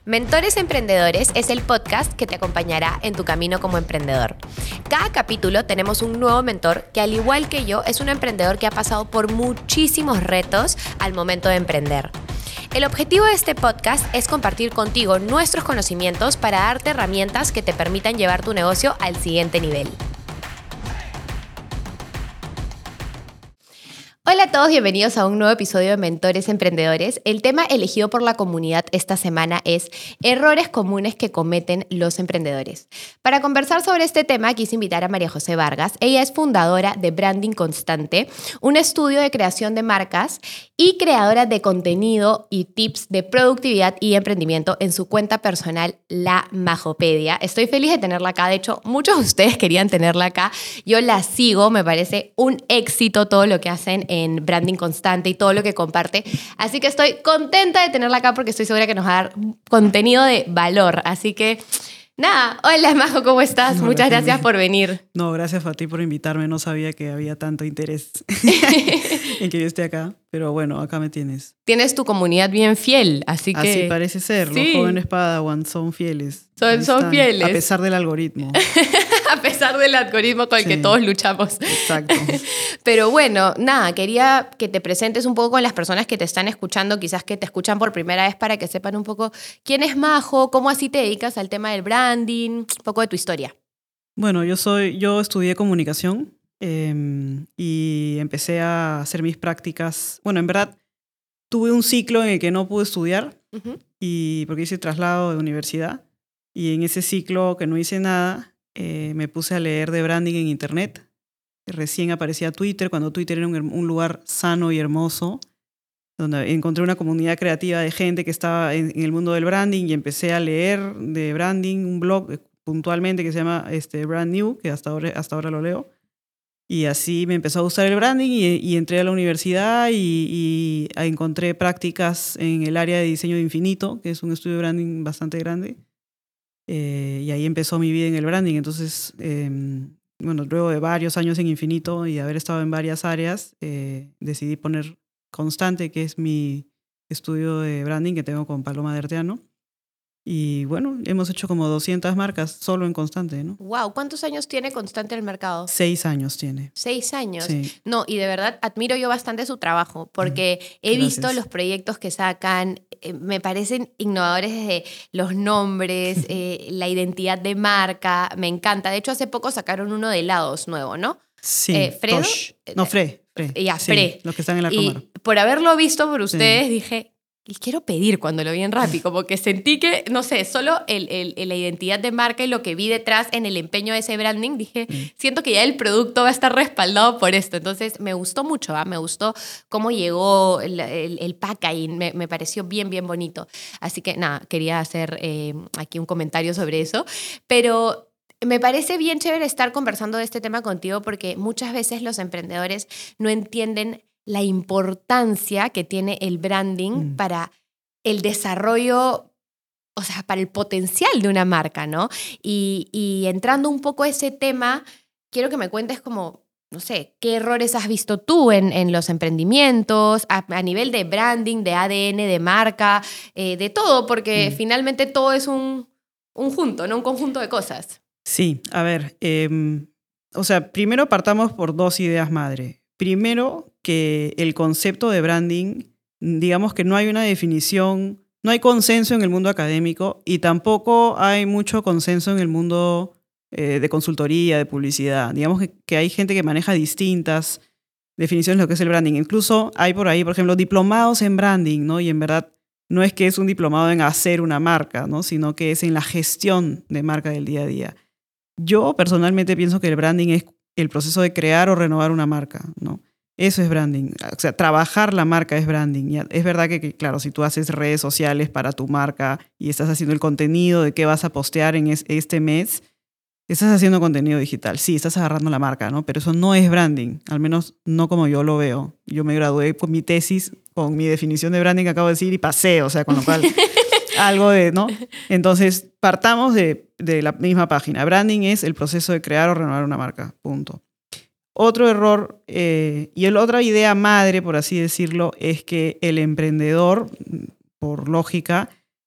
Mentores Emprendedores es el podcast que te acompañará en tu camino como emprendedor. Cada capítulo tenemos un nuevo mentor que, al igual que yo, es un emprendedor que ha pasado por muchísimos retos al momento de emprender. El objetivo de este podcast es compartir contigo nuestros conocimientos para darte herramientas que te permitan llevar tu negocio al siguiente nivel. Hola a todos, bienvenidos a un nuevo episodio de Mentores Emprendedores. El tema elegido por la comunidad esta semana es errores comunes que cometen los emprendedores. Para conversar sobre este tema quise invitar a María José Vargas. Ella es fundadora de Branding Constante, un estudio de creación de marcas y creadora de contenido y tips de productividad y emprendimiento en su cuenta personal, La Majopedia. Estoy feliz de tenerla acá. De hecho, muchos de ustedes querían tenerla acá. Yo la sigo, me parece un éxito todo lo que hacen en Branding Constante y todo lo que comparte. Así que estoy contenta de tenerla acá porque estoy segura que nos va a dar contenido de valor. Así que, nada, hola Majo, ¿cómo estás? Hola, Muchas gracias por venir. No, gracias a ti por invitarme. No sabía que había tanto interés en que yo esté acá. Pero bueno, acá me tienes. Tienes tu comunidad bien fiel, así que... Así parece ser. Sí. Los jóvenes Padawan son fieles. Son fieles. A pesar del algoritmo. A pesar del algoritmo con el que todos luchamos. Exacto. Pero bueno, nada, quería que te presentes un poco con las personas que te están escuchando, quizás que te escuchan por primera vez, para que sepan un poco quién es Majo, cómo así te dedicas al tema del branding, un poco de tu historia. Bueno, yo estudié comunicación y empecé a hacer mis prácticas. Bueno, en verdad, tuve un ciclo en el que no pude estudiar porque hice traslado de universidad. Y en ese ciclo que no hice nada, me puse a leer de branding en internet. Recién aparecía Twitter, cuando Twitter era un lugar sano y hermoso, donde encontré una comunidad creativa de gente que estaba en el mundo del branding y empecé a leer de branding, un blog puntualmente que se llama Brand New, que hasta ahora lo leo. Y así me empezó a gustar el branding y entré a la universidad y encontré prácticas en el área de diseño de Infinito, que es un estudio de branding bastante grande. Y ahí empezó mi vida en el branding. Entonces, bueno, luego de varios años en Infinito y haber estado en varias áreas, decidí poner Constante, que es mi estudio de branding que tengo con Paloma de Arteano. Y bueno, hemos hecho como 200 marcas solo en Constante, ¿no? Wow, ¿cuántos años tiene Constante en el mercado? 6 años tiene. 6 años. Sí. No, y de verdad admiro yo bastante su trabajo porque he visto los proyectos que sacan, me parecen innovadores desde los nombres, la identidad de marca, me encanta. De hecho, hace poco sacaron uno de helados nuevo, ¿no? Sí, ¿Fredo? No, Fre. Ya, sí, Fre. los que están en la Comar. Y por haberlo visto por ustedes, dije... Y quiero pedir cuando lo vi en Rappi, como que sentí que, no sé, solo la identidad de marca y lo que vi detrás en el empeño de ese branding, dije, siento que ya el producto va a estar respaldado por esto. Entonces, me gustó mucho, me gustó cómo llegó el packaging, me pareció bien, bien bonito. Así que, nada, quería hacer aquí un comentario sobre eso. Pero... me parece bien chévere estar conversando de este tema contigo porque muchas veces los emprendedores no entienden la importancia que tiene el branding para el desarrollo, o sea, para el potencial de una marca, ¿no? Y entrando un poco a ese tema, quiero que me cuentes como, no sé, ¿qué errores has visto tú en los emprendimientos, a nivel de branding, de ADN, de marca, de todo? Porque finalmente todo es un junto, ¿no? Un conjunto de cosas. Sí, a ver, o sea, primero partamos por 2 ideas madre. Primero, que el concepto de branding, digamos que no hay una definición, no hay consenso en el mundo académico y tampoco hay mucho consenso en el mundo de consultoría, de publicidad. Digamos que hay gente que maneja distintas definiciones de lo que es el branding. Incluso hay por ahí, por ejemplo, diplomados en branding, ¿no? Y en verdad no es que es un diplomado en hacer una marca, ¿no? Sino que es en la gestión de marca del día a día. Yo personalmente pienso que el branding es el proceso de crear o renovar una marca, ¿no? Eso es branding. O sea, trabajar la marca es branding. ¿Ya? Es verdad que, claro, si tú haces redes sociales para tu marca y estás haciendo el contenido de qué vas a postear en este mes, estás haciendo contenido digital. Sí, estás agarrando la marca, ¿no? Pero eso no es branding, al menos no como yo lo veo. Yo me gradué con mi tesis, con mi definición de branding que acabo de decir y pasé, o sea, con lo cual... algo de, ¿no? Entonces, partamos de la misma página. Branding es el proceso de crear o renovar una marca, punto. Otro error, y la otra idea madre, por así decirlo, es que el emprendedor, por lógica,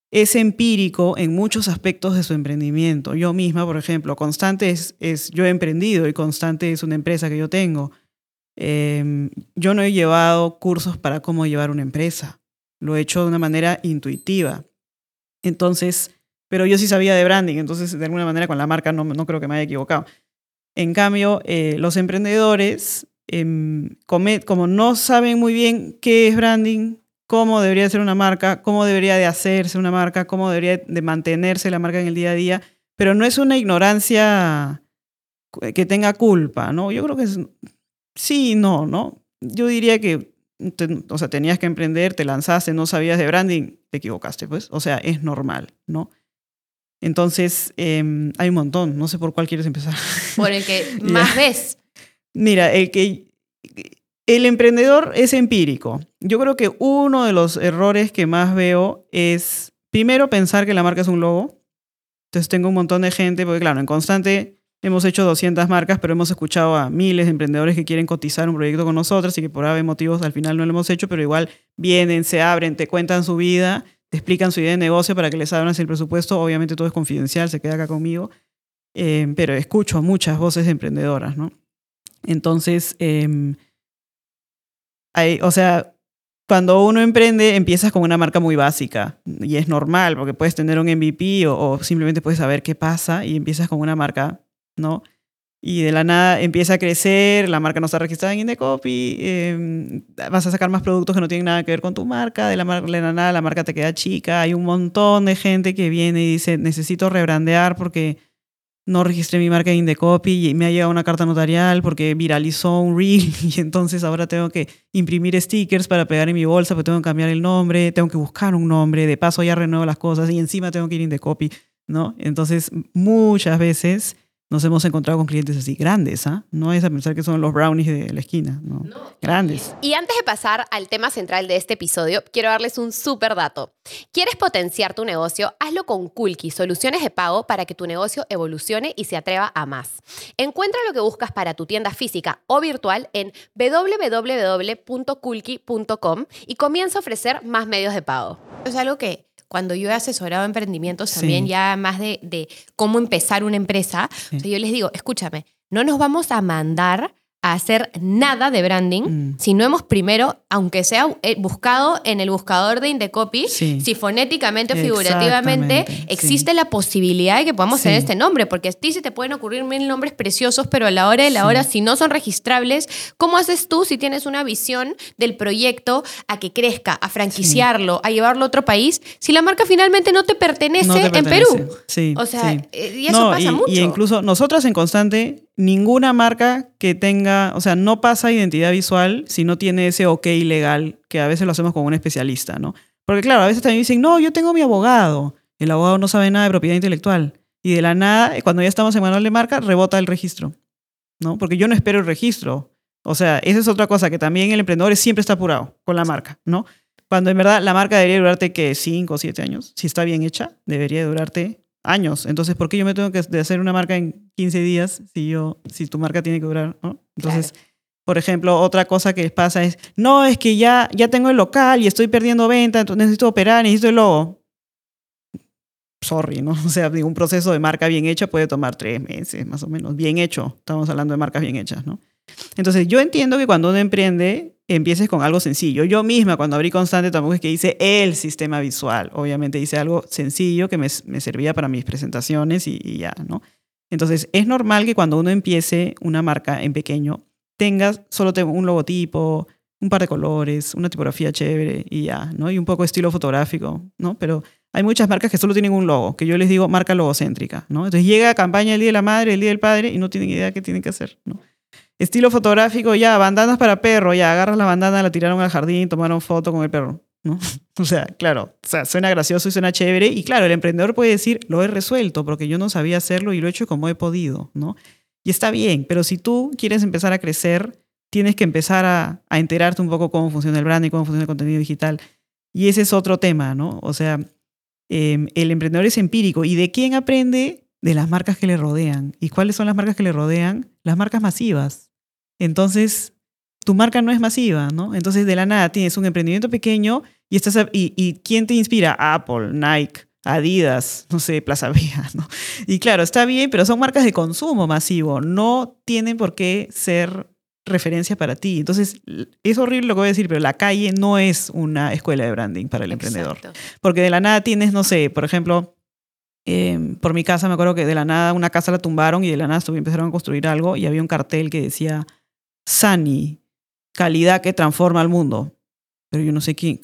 es empírico en muchos aspectos de su emprendimiento. Yo misma, por ejemplo, Constante yo he emprendido y Constante es una empresa que yo tengo. Yo no he llevado cursos para cómo llevar una empresa. Lo he hecho de una manera intuitiva. Entonces, pero yo sí sabía de branding, entonces de alguna manera con la marca no creo que me haya equivocado. En cambio, los emprendedores, como no saben muy bien qué es branding, cómo debería ser una marca, cómo debería de hacerse una marca, cómo debería de mantenerse la marca en el día a día, pero no es una ignorancia que tenga culpa, ¿no? Yo creo que sí, ¿no? Yo diría que, o sea, tenías que emprender, te lanzaste, no sabías de branding, te equivocaste, pues. O sea, es normal, ¿no? Entonces, hay un montón. No sé por cuál quieres empezar. Por el que más ves. Mira, el emprendedor es empírico. Yo creo que uno de los errores que más veo es, primero, pensar que la marca es un logo. Entonces tengo un montón de gente, porque claro, en Constante hemos hecho 200 marcas, pero hemos escuchado a miles de emprendedores que quieren cotizar un proyecto con nosotros y que por haber motivos al final no lo hemos hecho, pero igual vienen, se abren, te cuentan su vida, te explican su idea de negocio para que les abras el presupuesto. Obviamente todo es confidencial, se queda acá conmigo, pero escucho muchas voces emprendedoras, ¿no? Entonces, o sea, cuando uno emprende, empiezas con una marca muy básica y es normal porque puedes tener un MVP o simplemente puedes saber qué pasa y empiezas con una marca, ¿no? Y de la nada empieza a crecer, la marca no está registrada en Indecopy, vas a sacar más productos que no tienen nada que ver con tu marca, de la nada la marca te queda chica, hay un montón de gente que viene y dice, necesito rebrandear porque no registré mi marca en Indecopy y me ha llegado una carta notarial porque viralizó un reel y entonces ahora tengo que imprimir stickers para pegar en mi bolsa, porque tengo que cambiar el nombre, tengo que buscar un nombre, de paso ya renuevo las cosas y encima tengo que ir a Indecopy, ¿no? Entonces muchas veces nos hemos encontrado con clientes así, grandes, ¿ah? No es a pensar que son los brownies de la esquina, ¿no? Grandes. Y antes de pasar al tema central de este episodio, quiero darles un súper dato. ¿Quieres potenciar tu negocio? Hazlo con Kulki, soluciones de pago para que tu negocio evolucione y se atreva a más. Encuentra lo que buscas para tu tienda física o virtual en www.kulki.com y comienza a ofrecer más medios de pago. Es algo que cuando yo he asesorado emprendimientos también ya más de cómo empezar una empresa, o sea, yo les digo, escúchame, no nos vamos a mandar a hacer nada de branding si no hemos primero, aunque sea buscado en el buscador de Indecopy, si fonéticamente o figurativamente existe la posibilidad de que podamos tener este nombre, porque a ti se te pueden ocurrir 1000 nombres preciosos, pero a la hora de la hora, si no son registrables, ¿cómo haces tú si tienes una visión del proyecto a que crezca, a franquiciarlo, a llevarlo a otro país, si la marca finalmente no te pertenece en Perú? Sí, o sea, y eso pasa mucho. Y incluso nosotras en Constante, ninguna marca que tenga, o sea, no pasa identidad visual si no tiene ese ok legal, que a veces lo hacemos con un especialista, ¿no? Porque claro, a veces también dicen, no, yo tengo mi abogado. El abogado no sabe nada de propiedad intelectual. Y de la nada, cuando ya estamos en manual de marca, rebota el registro, ¿no? Porque yo no espero el registro. O sea, esa es otra cosa, que también el emprendedor siempre está apurado con la marca, ¿no? Cuando en verdad la marca debería durarte, ¿qué? 5 o 7 años. Si está bien hecha, debería durarte años. Entonces, ¿por qué yo me tengo que hacer una marca en 15 días si tu marca tiene que durar, ¿no? Entonces, por ejemplo, otra cosa que les pasa es, no, es que ya tengo el local y estoy perdiendo venta, entonces necesito operar, necesito el logo. Sorry, ¿no? O sea, un proceso de marca bien hecha puede tomar 3 meses, más o menos. Bien hecho. Estamos hablando de marcas bien hechas, ¿no? Entonces, yo entiendo que cuando uno emprende, empieces con algo sencillo. Yo misma, cuando abrí Constante, tampoco es que hice el sistema visual. Obviamente hice algo sencillo que me servía para mis presentaciones y ya, ¿no? Entonces, es normal que cuando uno empiece una marca en pequeño, tengas solo un logotipo, un par de colores, una tipografía chévere y ya, ¿no? Y un poco de estilo fotográfico, ¿no? Pero hay muchas marcas que solo tienen un logo, que yo les digo marca logocéntrica, ¿no? Entonces llega campaña el Día de la Madre, el Día del Padre y no tienen idea qué tienen que hacer, ¿no? Estilo fotográfico, ya, bandanas para perro, ya, agarras la bandana, la tiraron al jardín, tomaron foto con el perro, ¿no? O sea, claro, o sea, suena gracioso y suena chévere y claro, el emprendedor puede decir, lo he resuelto porque yo no sabía hacerlo y lo he hecho como he podido, ¿no? Y está bien, pero si tú quieres empezar a crecer, tienes que empezar a enterarte un poco cómo funciona el branding, cómo funciona el contenido digital. Y ese es otro tema, ¿no? O sea, el emprendedor es empírico. ¿Y de quién aprende? De las marcas que le rodean. ¿Y cuáles son las marcas que le rodean? Las marcas masivas. Entonces, tu marca no es masiva, ¿no? Entonces, de la nada tienes un emprendimiento pequeño ¿Y quién te inspira? Apple, Nike, Adidas, no sé, Plaza Vea, ¿no? Y claro, está bien, pero son marcas de consumo masivo. No tienen por qué ser referencia para ti. Entonces, es horrible lo que voy a decir, pero la calle no es una escuela de branding para el emprendedor. Porque de la nada tienes, no sé, por ejemplo, por mi casa me acuerdo que de la nada una casa la tumbaron y de la nada empezaron a construir algo y había un cartel que decía Sani, calidad que transforma al mundo. Pero yo no sé quién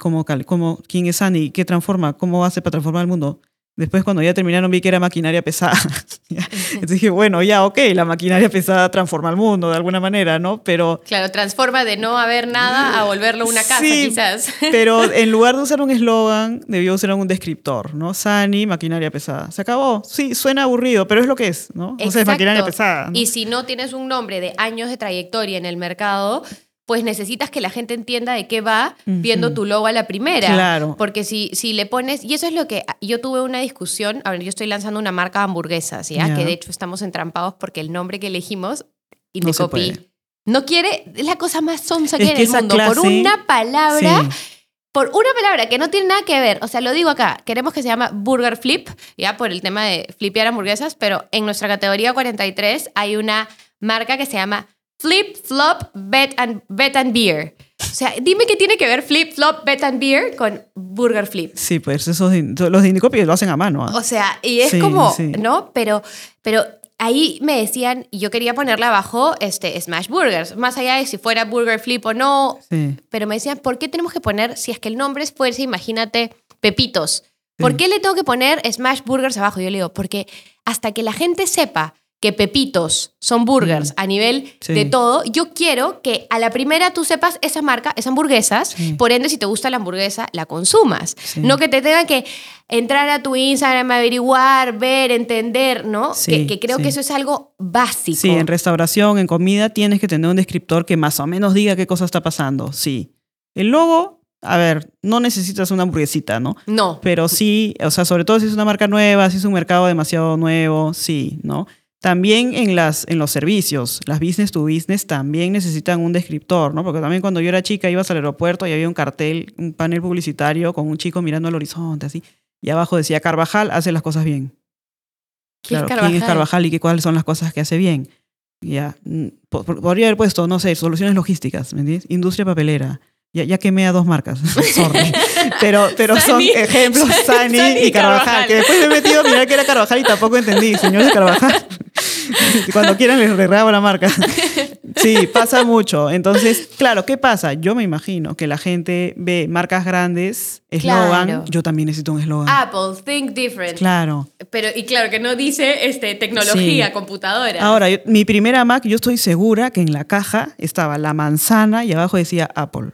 es Sani, qué transforma, cómo hace para transformar el mundo. Después, cuando ya terminaron, vi que era maquinaria pesada. Entonces dije, bueno, ya, ok, la maquinaria pesada transforma el mundo de alguna manera, ¿no? Pero... Claro, transforma de no haber nada a volverlo una casa, sí, quizás. Pero en lugar de usar un eslogan, debió usar un descriptor, ¿no? Sani, maquinaria pesada. Se acabó. Sí, suena aburrido, pero es lo que es, ¿no? Exacto. O sea, es maquinaria pesada, ¿no? Y si no tienes un nombre de años de trayectoria en el mercado, pues necesitas que la gente entienda de qué va viendo tu logo a la primera. Claro. Porque si le pones... Y eso es lo que... Yo tuve una discusión... A ver, yo estoy lanzando una marca de hamburguesas, ¿ya? Que de hecho estamos entrampados porque el nombre que elegimos, y no me se copié. puede. No quiere... Es la cosa más sonsa que hay en que el mundo. clase, por una palabra... Sí. Por una palabra que no tiene nada que ver, o sea, lo digo acá, queremos que se llama Burger Flip, ya por el tema de flipear hamburguesas, pero en nuestra categoría 43 hay una marca que se llama Flip Flop Bet and Beer. O sea, dime qué tiene que ver Flip Flop Bet and Beer con Burger Flip. Sí, pues los de Indicopy lo hacen a mano. O sea, y es ¿no? Pero ahí me decían, y yo quería ponerle abajo Smash Burgers, más allá de si fuera Burger Flip o no, pero me decían, ¿por qué tenemos que poner, si es que el nombre es fuerza, imagínate, Pepitos? ¿Por qué le tengo que poner Smash Burgers abajo? Yo le digo, porque hasta que la gente sepa que Pepitos son burgers a nivel de todo, yo quiero que a la primera tú sepas esa marca, es hamburguesas, por ende si te gusta la hamburguesa, la consumas. No que te tengan que entrar a tu Instagram, averiguar, ver, entender, ¿no? Que creo que eso es algo básico. Sí, en restauración, en comida, tienes que tener un descriptor que más o menos diga qué cosa está pasando, sí. El logo, a ver, no necesitas una hamburguesita, ¿no? No. Pero sí, o sea, sobre todo si es una marca nueva, si es un mercado demasiado nuevo, sí, ¿no? También en los servicios, las business to business también necesitan un descriptor, ¿no? Porque también cuando yo era chica ibas al aeropuerto y había un cartel, un panel publicitario con un chico mirando al horizonte, así, y abajo decía Carvajal hace las cosas bien. ¿Quién es Carvajal y cuáles son las cosas que hace bien? Ya, podría haber puesto, no sé, soluciones logísticas, ¿me entiendes? Industria papelera. Ya quemé a 2 marcas, sorry. Pero son ejemplos, Sani y Carvajal, que después me he metido a mirar que era Carvajal y tampoco entendí, señores de Carvajal. Cuando quieran les regrabo la marca. Sí, pasa mucho. Entonces, claro, ¿qué pasa? Yo me imagino que la gente ve marcas grandes, eslogan, claro. Yo también necesito un eslogan. Apple, think different. Claro. Pero, y claro, que no dice tecnología, computadora. Ahora, mi primera Mac, yo estoy segura que en la caja estaba la manzana y abajo decía Apple.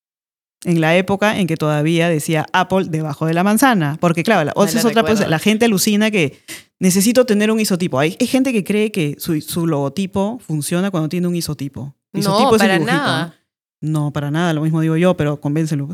En la época en que todavía decía Apple debajo de la manzana. Porque claro, es otra cosa. La gente alucina que necesito tener un isotipo. Hay gente que cree que su logotipo funciona cuando tiene un isotipo. Isotipo no, es para el dibujito, nada. No, para nada. Lo mismo digo yo, pero convéncelo.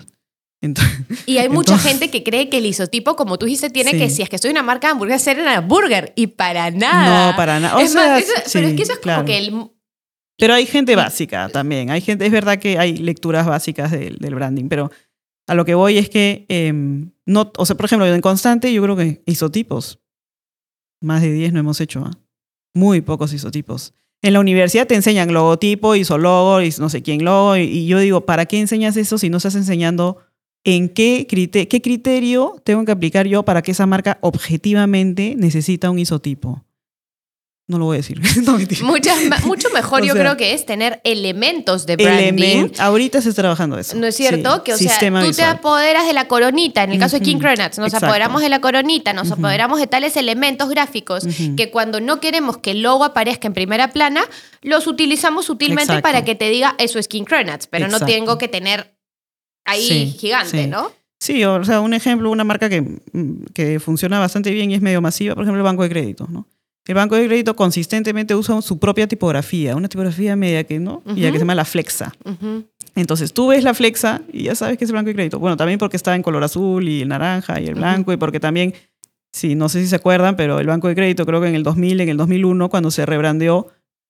Y hay mucha gente que cree que el isotipo, como tú dijiste, tiene que, si es que soy una marca de hamburguesa, ser una burger. Y para nada. No, para nada. Pero es que eso es como que Pero hay gente básica también. Es verdad que hay lecturas básicas del branding, pero a lo que voy es que, o sea, por ejemplo, en Constante yo creo que isotipos, más de 10 no hemos hecho, muy pocos isotipos. En la universidad te enseñan logotipo, isologo, y no sé quién logo, y yo digo, ¿para qué enseñas eso si no estás enseñando en qué criterio tengo que aplicar yo para que esa marca objetivamente necesita un isotipo? No lo voy a decir. No, mucho mejor yo creo que es tener elementos de branding. Ahorita se está trabajando eso. ¿No es cierto? Sí, que, o sea, tú visual. te apoderas de la coronita. En el caso de King Cronuts, nos apoderamos de la coronita, nos apoderamos de tales elementos gráficos que cuando no queremos que el logo aparezca en primera plana, los utilizamos sutilmente para que te diga eso es King Cronuts, pero no tengo que tener ahí gigante, ¿no? Sí, o sea, un ejemplo, una marca que funciona bastante bien y es medio masiva, por ejemplo, el Banco de Crédito, ¿no? El Banco de Crédito consistentemente usa su propia tipografía, una tipografía media que se llama la Flexa. Entonces tú ves la Flexa y ya sabes que es el Banco de Crédito. Bueno, también porque está en color azul y el naranja y el blanco y porque también, sí, no sé si se acuerdan, pero el Banco de Crédito creo que en el 2000, en el 2001, cuando se rebrandeó,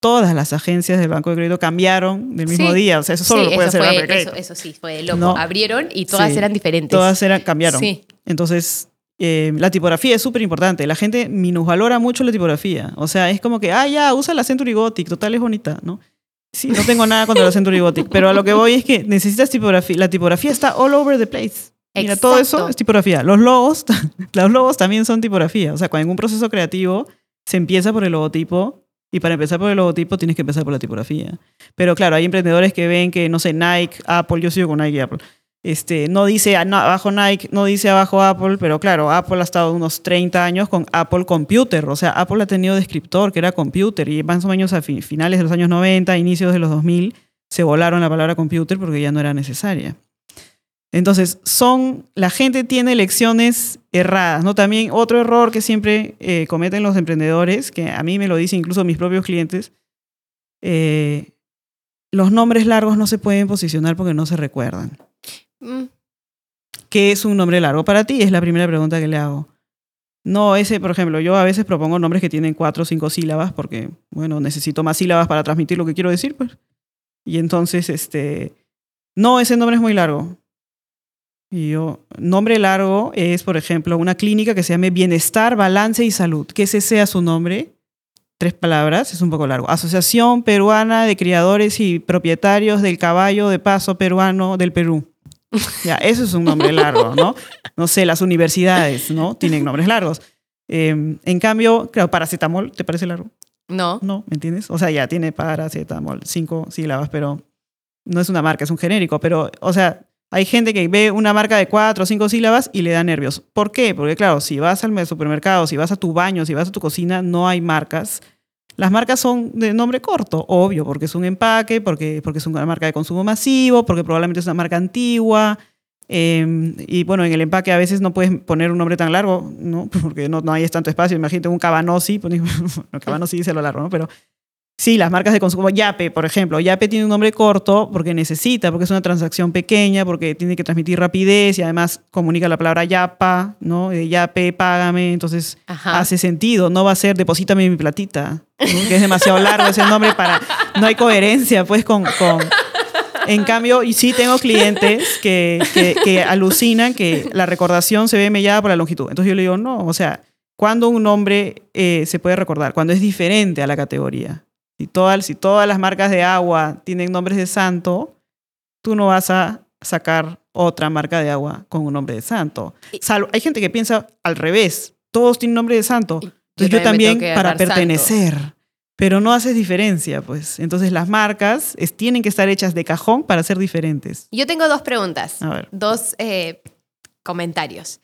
todas las agencias del Banco de Crédito cambiaron del mismo Sí. día. O sea, eso solo lo puede hacer el Banco de Crédito. Eso sí, fue de loco. No. Abrieron y todas Sí. eran diferentes. Todas cambiaron. Sí. Entonces, la tipografía es súper importante. La gente minusvalora mucho la tipografía. O sea, es como que, ya, usa la Century Gothic, total es bonita, ¿no? Sí, no tengo nada contra la Century Gothic, pero a lo que voy es que necesitas tipografía. La tipografía está all over the place. Mira, todo eso Exacto. es tipografía. Los logos también son tipografía. O sea, cuando en un proceso creativo se empieza por el logotipo y para empezar por el logotipo tienes que empezar por la tipografía. Pero claro, hay emprendedores que ven que, no sé, Nike, Apple, yo sigo con Nike y Apple. No dice abajo Nike, no dice abajo Apple, pero claro, Apple ha estado unos 30 años con Apple Computer. O sea, Apple ha tenido descriptor, que era computer, y más o menos a finales de los años 90, inicios de los 2000, se volaron la palabra computer porque ya no era necesaria. Entonces, la gente tiene elecciones erradas, ¿no? También otro error que siempre cometen los emprendedores, que a mí me lo dicen incluso mis propios clientes, los nombres largos no se pueden posicionar porque no se recuerdan. ¿Qué es un nombre largo para ti? Es la primera pregunta que le hago. No, por ejemplo, yo a veces propongo nombres que tienen 4 o 5 sílabas porque, bueno, necesito más sílabas para transmitir lo que quiero decir, pues. Y entonces, no, ese nombre es muy largo. Y nombre largo es, por ejemplo, una clínica que se llame Bienestar, Balance y Salud. Que ese sea su nombre. 3 palabras, es un poco largo. Asociación Peruana de Criadores y Propietarios del Caballo de Paso Peruano del Perú. Ya, eso es un nombre largo, ¿no? No sé, las universidades, ¿no? Tienen nombres largos. En cambio, claro, paracetamol, ¿te parece largo? No. No, ¿me entiendes? O sea, ya tiene paracetamol, 5 sílabas, pero no es una marca, es un genérico. Pero, o sea, hay gente que ve una marca de 4 o 5 sílabas y le da nervios. ¿Por qué? Porque, claro, si vas al supermercado, si vas a tu baño, si vas a tu cocina, no hay marcas. Las marcas son de nombre corto, obvio, porque es un empaque, porque es una marca de consumo masivo, porque probablemente es una marca antigua. Y bueno, en el empaque a veces no puedes poner un nombre tan largo, ¿no? Porque no hay tanto espacio. Imagínate un Cabanossi, no, Cabanossi dice lo largo, ¿no? Pero sí, las marcas de consumo, Yape, por ejemplo. Yape tiene un nombre corto porque es una transacción pequeña, porque tiene que transmitir rapidez y además comunica la palabra Yapa, ¿no? De Yape, págame, entonces hace sentido. No va a ser deposítame mi platita, ¿no? Que es demasiado largo ese nombre no hay coherencia, pues, con... En cambio, y sí tengo clientes que alucinan que la recordación se ve mellada por la longitud. Entonces yo le digo, no, o sea, ¿cuándo un nombre se puede recordar? Cuando es diferente a la categoría. Si todas las marcas de agua tienen nombres de santo, tú no vas a sacar otra marca de agua con un nombre de santo. Hay gente que piensa al revés. Todos tienen nombre de santo. Entonces yo también para pertenecer. Santo. Pero no haces diferencia, pues. Entonces las marcas tienen que estar hechas de cajón para ser diferentes. Yo tengo 2 preguntas. A ver. 2 comentarios.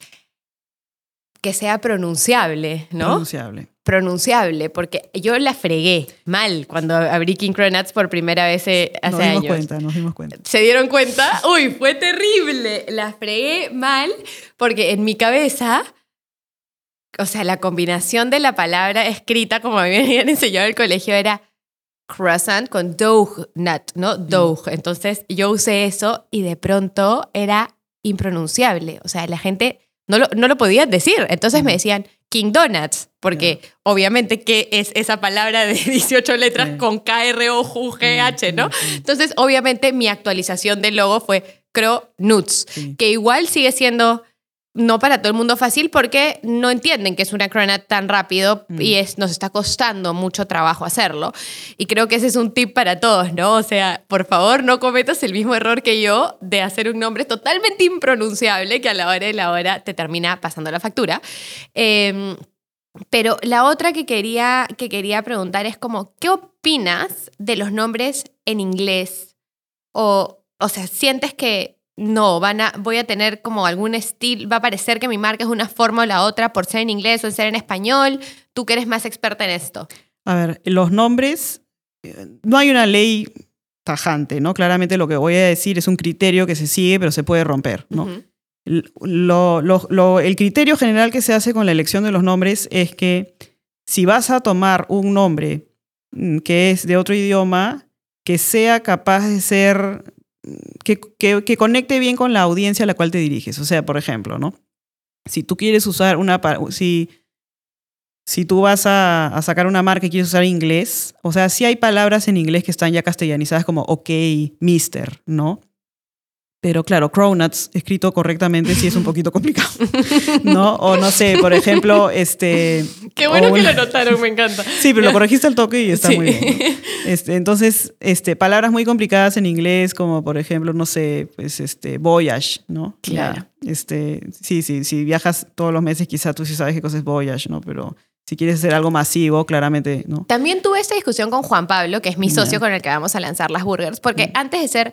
Que sea pronunciable, ¿no? Pronunciable, porque yo la fregué mal cuando abrí King Cronuts por primera vez hace años. Nos dimos cuenta. ¿Se dieron cuenta? ¡Uy, fue terrible! La fregué mal porque en mi cabeza, o sea, la combinación de la palabra escrita, como a mí me habían enseñado en el colegio, era croissant con doughnut, ¿no? Dough. Entonces yo usé eso y de pronto era impronunciable. O sea, la gente no lo podía decir. Entonces me decían King Donuts, porque obviamente, ¿qué es esa palabra de 18 letras con K-R-O-U-G-H, ¿no? Entonces, obviamente, mi actualización del logo fue Cronuts, que igual sigue siendo no para todo el mundo fácil porque no entienden que es una cronut tan rápido y nos está costando mucho trabajo hacerlo. Y creo que ese es un tip para todos, ¿no? O sea, por favor, no cometas el mismo error que yo de hacer un nombre totalmente impronunciable que a la hora de la hora te termina pasando la factura. Pero la otra que quería preguntar es como, ¿qué opinas de los nombres en inglés? O sea, ¿sientes que no, voy a tener como algún estilo, va a parecer que mi marca es una forma o la otra por ser en inglés o en ser en español? Tú que eres más experta en esto. A ver, los nombres, no hay una ley tajante, ¿no? Claramente lo que voy a decir es un criterio que se sigue, pero se puede romper, ¿no? El criterio general que se hace con la elección de los nombres es que si vas a tomar un nombre que es de otro idioma, que sea capaz de ser... Que conecte bien con la audiencia a la cual te diriges. O sea, por ejemplo, ¿no? Si tú quieres usar si si tú vas a sacar una marca y quieres usar inglés, o sea, sí hay palabras en inglés que están ya castellanizadas como ok, mister, ¿no? Pero claro, Cronuts, escrito correctamente, sí es un poquito complicado, ¿no? O no sé, por ejemplo, Qué bueno que lo notaron, me encanta. Sí, pero lo corregiste al toque y está Sí. muy bien, ¿no? Entonces, palabras muy complicadas en inglés, como por ejemplo, no sé, pues voyage, ¿no? Claro. Ya, sí, si viajas todos los meses, quizá tú sí sabes qué cosa es voyage, ¿no? Pero si quieres hacer algo masivo, claramente, ¿no? También tuve esta discusión con Juan Pablo, que es mi socio Ya. con el que vamos a lanzar las burgers, porque antes de ser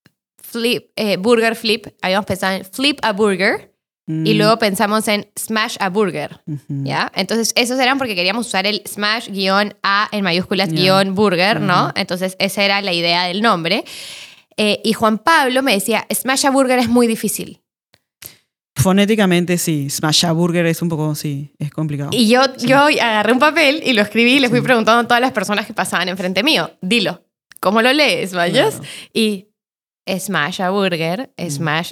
Burger Flip, habíamos pensado en Flip a Burger y luego pensamos en Smash a Burger, Ujú. ¿ya? Entonces, esos eran porque queríamos usar el Smash-A en mayúsculas Ya. Burger, ¿no? Ajá. Entonces, esa era la idea del nombre. Y Juan Pablo me decía, Smash a Burger es muy difícil. Fonéticamente, sí. Smash Burger es un poco, sí, es complicado. Y yo agarré un papel y lo escribí y le fui preguntando a todas las personas que pasaban enfrente mío, dilo, ¿cómo lo lees, vayas? Claro. Y Smash a Burger, Smash,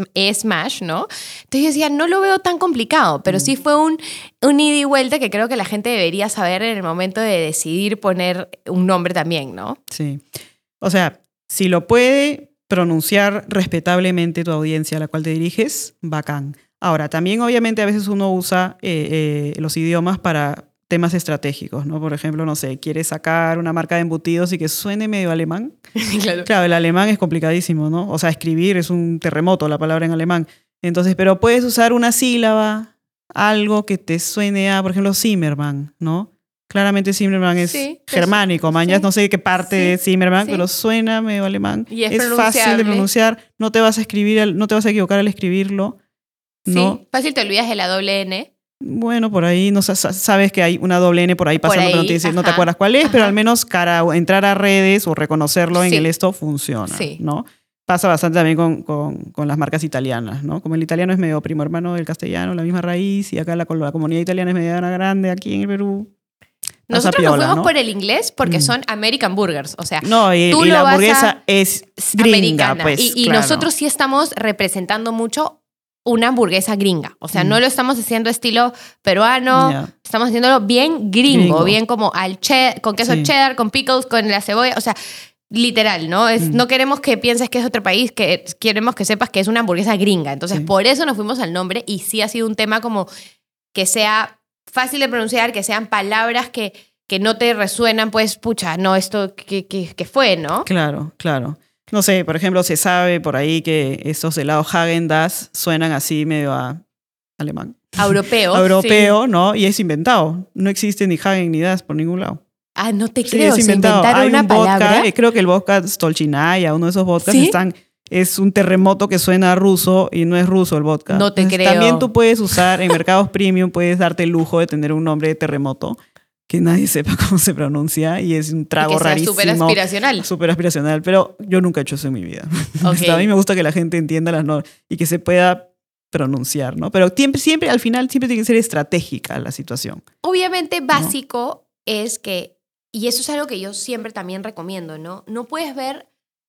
Smash, ¿no? Entonces yo decía, no lo veo tan complicado, pero sí fue un ida y vuelta que creo que la gente debería saber en el momento de decidir poner un nombre también, ¿no? Sí. O sea, si lo puede pronunciar respetablemente tu audiencia a la cual te diriges, bacán. Ahora, también obviamente a veces uno usa los idiomas para temas estratégicos, ¿no? Por ejemplo, no sé, quieres sacar una marca de embutidos y que suene medio alemán. Claro. Claro, el alemán es complicadísimo, ¿no? O sea, escribir es un terremoto la palabra en alemán. Entonces, pero puedes usar una sílaba, algo que te suene a, por ejemplo, Zimmermann, ¿no? Claramente Zimmermann es Sí, germánico, sí. no sé qué parte Sí, de Zimmermann, sí. pero suena medio alemán. Y es fácil de pronunciable. pronunciar, no te vas a equivocar al escribirlo, ¿no? Sí, fácil te olvidas de la doble N. Bueno, por ahí no sabes que hay una doble N por ahí pasando, pero no te ajá, acuerdas cuál es, pero ajá. al menos entrar a redes o reconocerlo en Sí. el esto funciona, Sí. ¿no? Pasa bastante también con las marcas italianas, ¿no? Como el italiano es medio primo hermano del castellano, la misma raíz, y acá la comunidad italiana es mediana grande, aquí en el Perú. pasa Nosotros piola, nos fuimos ¿no? por el inglés porque Mm. son American Burgers, o sea, No, y tú la lo vas hamburguesa a- es gringa, americana. pues, Y claro. nosotros sí estamos representando mucho una hamburguesa gringa. O sea, no lo estamos haciendo estilo peruano, Ya. estamos haciéndolo bien gringo, bien como con queso Sí. cheddar, con pickles, con la cebolla, o sea, literal, ¿no? No queremos que pienses que es otro país, queremos que sepas que es una hamburguesa gringa. Entonces, Sí. por eso nos fuimos al nombre y sí ha sido un tema como que sea fácil de pronunciar, que sean palabras que no te resuenan, pues, pucha, no, esto que fue, ¿no? Claro, claro. No sé, por ejemplo, se sabe por ahí que estos helados Häagen-Dazs suenan así medio a alemán. Europeo. Europeo, sí. ¿no? Y es inventado. No existe ni Häagen ni Dazs por ningún lado. Ah, no te Sí, creo, es se inventado. inventaron Hay una un vodka, palabra. creo que el vodka Stolchinaya, uno de esos vodkas ¿Sí? es un terremoto que suena a ruso y no es ruso el vodka. No te Entonces, creo. También tú puedes usar, en mercados premium, puedes darte el lujo de tener un nombre de terremoto que nadie sepa cómo se pronuncia y es un trago Y que sea rarísimo. súper aspiracional. Súper aspiracional, pero yo nunca he hecho eso en mi vida. Ok. A mí me gusta que la gente entienda las normas y que se pueda pronunciar, ¿no? Pero siempre, al final, siempre tiene que ser estratégica la situación. Obviamente básico es que, y eso es algo que yo siempre también recomiendo, ¿no? No puedes ver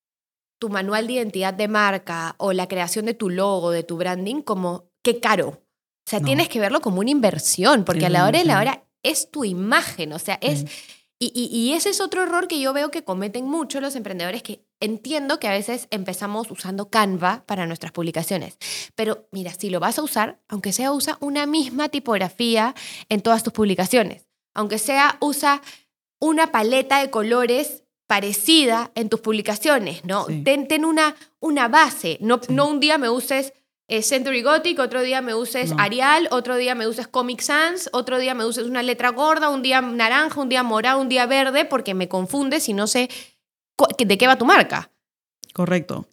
tu manual de identidad de marca o la creación de tu logo, de tu branding, como qué caro. O sea, No. tienes que verlo como una inversión, porque Es a la hora de la inversión. hora es tu imagen, o sea, es... Sí. Y ese es otro error que yo veo que cometen mucho los emprendedores, que entiendo que a veces empezamos usando Canva para nuestras publicaciones. Pero mira, si lo vas a usar, aunque sea usa una misma tipografía en todas tus publicaciones. Aunque sea usa una paleta de colores parecida en tus publicaciones, ¿no? Sí. Ten una base. No, Sí. no un día me uses Century Gothic, otro día me uses No. Arial, otro día me uses Comic Sans, otro día me uses una letra gorda, un día naranja, un día morado, un día verde, porque me confundes y no sé de qué va tu marca. Correcto.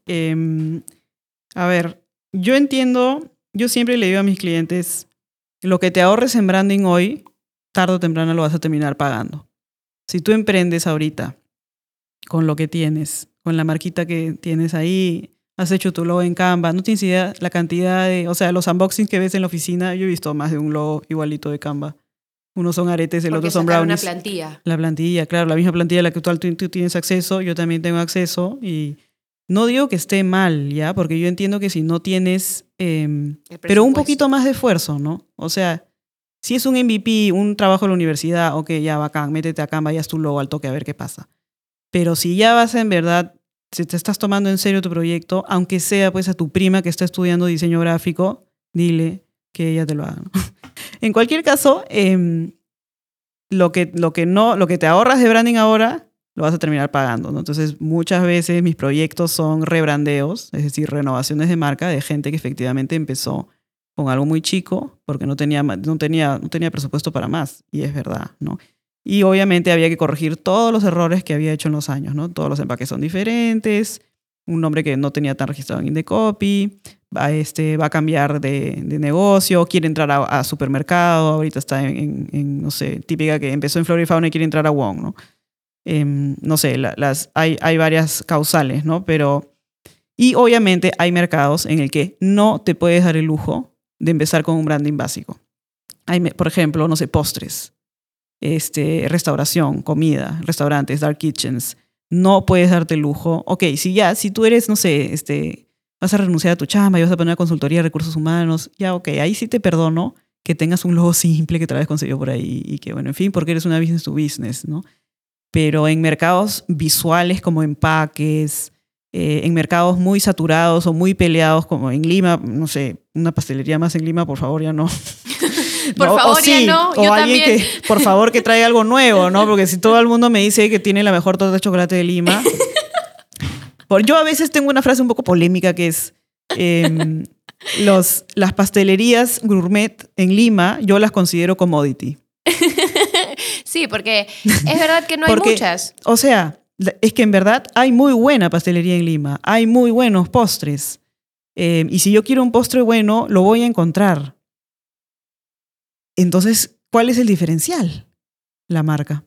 A ver, yo entiendo, yo siempre le digo a mis clientes, lo que te ahorres en branding hoy, tarde o temprano lo vas a terminar pagando. Si tú emprendes ahorita con lo que tienes, con la marquita que tienes ahí, has hecho tu logo en Canva, no tienes idea la cantidad de, o sea, los unboxings que ves en la oficina, yo he visto más de un logo igualito de Canva. Unos son aretes, el Porque otro son sacar brownies. una plantilla. La plantilla, claro, la misma plantilla a la que tú tienes acceso, yo también tengo acceso y no digo que esté mal, ¿ya? Porque yo entiendo que si no tienes, pero un poquito más de esfuerzo, ¿no? O sea, Si es un MVP, un trabajo de la universidad, ok, ya bacán, métete a Canva, ya es tu logo al toque a ver qué pasa. Pero si ya vas en verdad, si te estás tomando en serio tu proyecto, aunque sea pues a tu prima que está estudiando diseño gráfico, dile que ella te lo haga, ¿no? En cualquier caso, lo que te ahorras de branding ahora, lo vas a terminar pagando, ¿no? Entonces, muchas veces mis proyectos son rebrandeos, es decir, renovaciones de marca de gente que efectivamente empezó con algo muy chico porque no tenía presupuesto para más, y es verdad, ¿no? Y obviamente había que corregir todos los errores que había hecho en los años, ¿no? Todos los empaques son diferentes, un nombre que no tenía tan registrado en Indecopy, va a cambiar de negocio, quiere entrar a supermercado, ahorita está en, no sé, típica que empezó en Flora y Fauna y quiere entrar a Wong, ¿no? No sé, hay varias causales, ¿no? Y obviamente hay mercados en el que no te puedes dar el lujo de empezar con un branding básico. Por ejemplo, no sé, postres, restauración, comida, restaurantes, dark kitchens. No puedes darte el lujo. Ok, si tú eres, no sé, vas a renunciar a tu chamba y vas a poner una consultoría de recursos humanos, ya ok, ahí sí te perdono que tengas un logo simple que te lo hayas conseguido por ahí y que, bueno, en fin, porque eres una business to business, ¿no? Pero en mercados visuales como empaques, en mercados muy saturados o muy peleados como en Lima, no sé, una pastelería más en Lima, por favor, ya no. Por favor, ya no, o yo alguien también. que, por favor, que traiga algo nuevo, ¿no? Porque si todo el mundo me dice que tiene la mejor torta de chocolate de Lima. Yo a veces tengo una frase un poco polémica que es, las pastelerías gourmet en Lima, yo las considero commodity. Sí, porque es verdad que no hay muchas. O sea, es que en verdad hay muy buena pastelería en Lima, hay muy buenos postres. Y si yo quiero un postre bueno, lo voy a encontrar. Entonces, ¿cuál es el diferencial? La marca.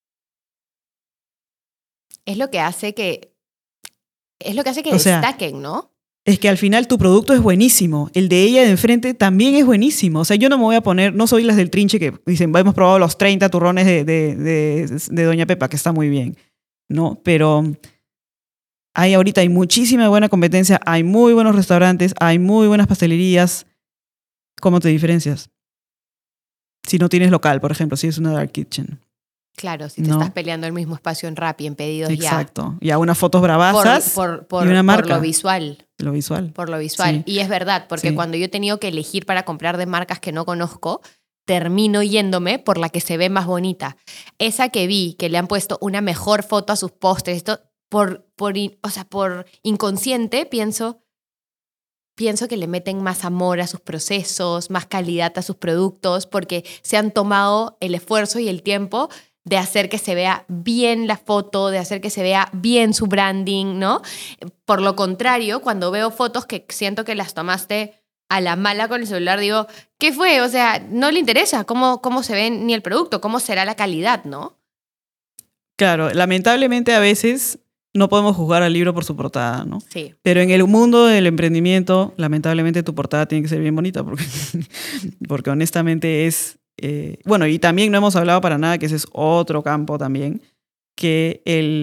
Es lo que hace que O sea, destaquen, ¿no? Es que al final tu producto es buenísimo. El de ella de enfrente también es buenísimo. O sea, yo no me voy a poner, no soy las del trinche que dicen, hemos probado los 30 turrones de Doña Pepa, que está muy bien. No, pero ahorita hay muchísima buena competencia, hay muy buenos restaurantes, hay muy buenas pastelerías. ¿Cómo te diferencias? Si no tienes local, por ejemplo, si es una dark kitchen. Claro, si te estás peleando el mismo espacio en Rappi, en pedidos. Exacto. Ya unas fotos bravazas y una marca. Por lo visual. Por lo visual. Sí. Y es verdad, porque cuando yo he tenido que elegir para comprar de marcas que no conozco, termino yéndome por la que se ve más bonita. Esa que vi, que le han puesto una mejor foto a sus postres, esto, por inconsciente, pienso que le meten más amor a sus procesos, más calidad a sus productos, porque se han tomado el esfuerzo y el tiempo de hacer que se vea bien la foto, de hacer que se vea bien su branding, ¿no? Por lo contrario, cuando veo fotos que siento que las tomaste a la mala con el celular, digo, ¿qué fue? O sea, no le interesa cómo se ve ni el producto, cómo será la calidad, ¿no? Claro, lamentablemente a veces no podemos juzgar al libro por su portada, ¿no? Sí. Pero en el mundo del emprendimiento, lamentablemente tu portada tiene que ser bien bonita porque honestamente es... bueno, y también no hemos hablado para nada, que ese es otro campo también, que